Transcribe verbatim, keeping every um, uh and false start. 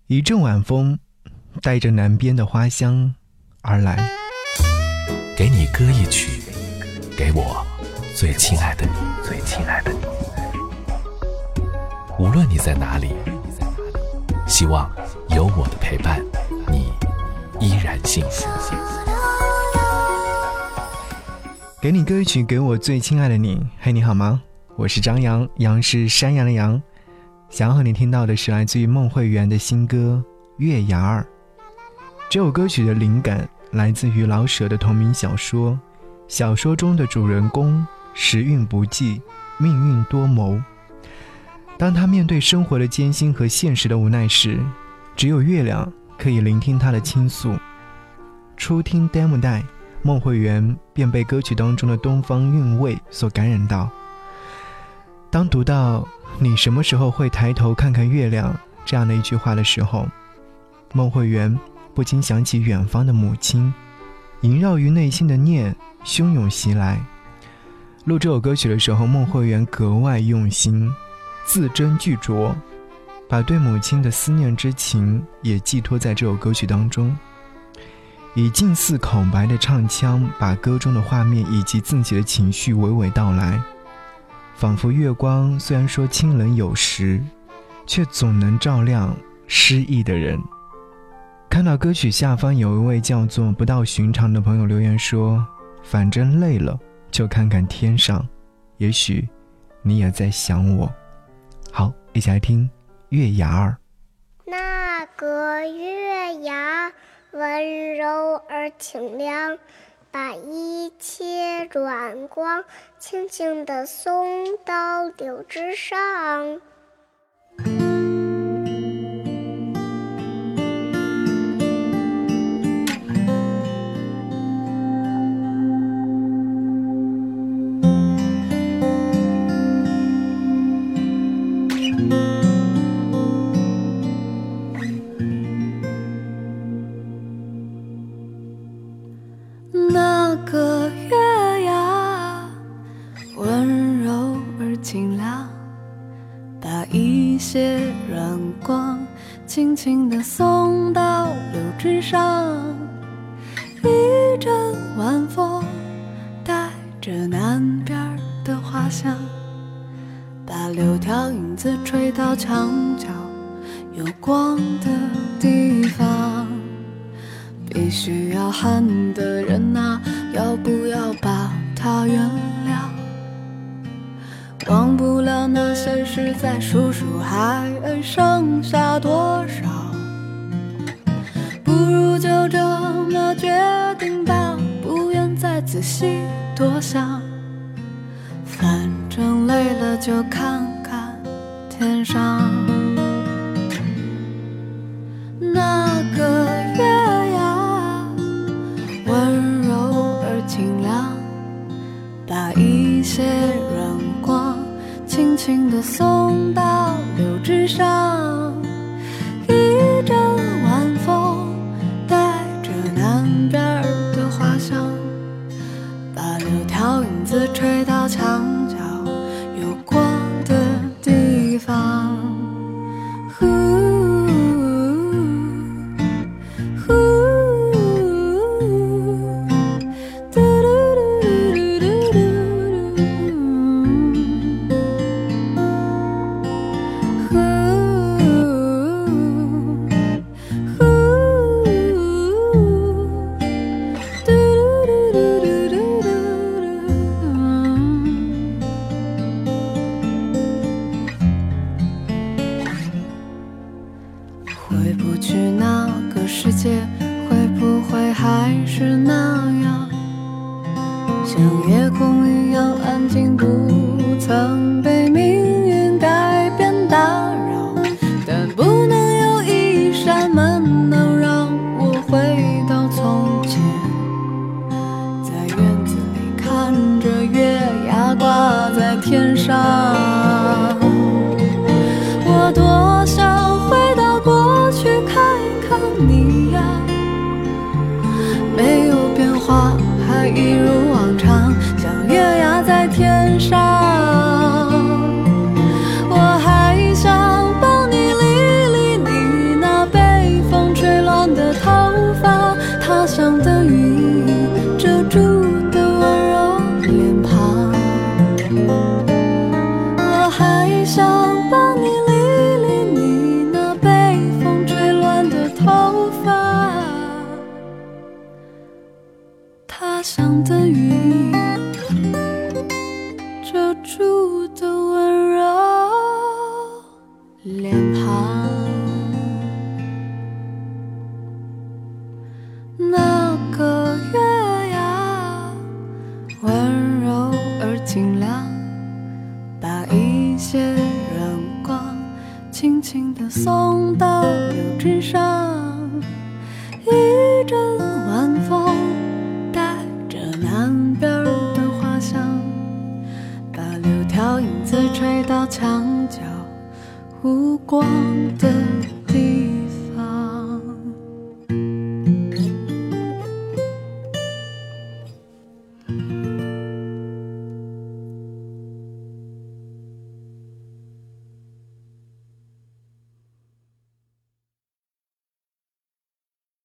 一阵晚风带着南边的花香而来， 给你歌一曲，给我最亲爱的你，最亲爱的你。无论你在哪里，希望有我的陪伴，你依然幸福。 给你歌曲，给我最亲爱的你。嘿，你好吗？我是张扬，杨是山羊的羊。想要和你听到的是来自于孟慧圆的新歌《月牙儿》。这首歌曲的灵感来自于老舍的同名小说，小说中的主人公时运不济，命运多谋。当他面对生活的艰辛和现实的无奈时，只有月亮可以聆听他的倾诉。初听 demo 带，孟慧圆便被歌曲当中的东方韵味所感染到。当读到你什么时候会抬头看看月亮这样的一句话的时候，孟慧圆不禁想起远方的母亲，萦绕于内心的念汹涌袭来。录这首歌曲的时候，孟慧圆格外用心，字斟句酌，把对母亲的思念之情也寄托在这首歌曲当中，以近似口白的唱腔把歌中的画面以及自己的情绪娓娓道来。仿佛月光虽然说清冷有时，却总能照亮失意的人。看到歌曲下方有一位叫做不到寻常的朋友留言说，反正累了就看看天上，也许你也在想我。好，一起来听月牙儿。 那个月牙温柔而清凉，把一切软光轻轻地送到柳枝上。 那个月牙温柔而清凉，把一些软光轻轻地送到柳枝上。一阵晚风带着南边的花香，把柳条影子吹到墙角有光的地方。必须要恨的人啊，要不要把他原谅？忘不了那些事，再数数还剩下多少？不如就这么决定吧，不愿再仔细多想。反正累了就看看天上。那个月牙温柔而清凉，把一些软光轻轻地送到柳枝上。一阵晚风带着南边的花香，把柳条影子吹到墙角有光的地方。回不去那个世界，会不会还是那样，像夜空一样安静，不曾被命运改变打扰。但不能有一扇门能让我回到从前，在院子里看着月牙挂在天上。我多想回到过去看一看你呀，没有变化，还一如往常，像月牙在天上。 的送到柳枝上，一阵晚风带着南边的花香，把柳条影子吹到墙角无光的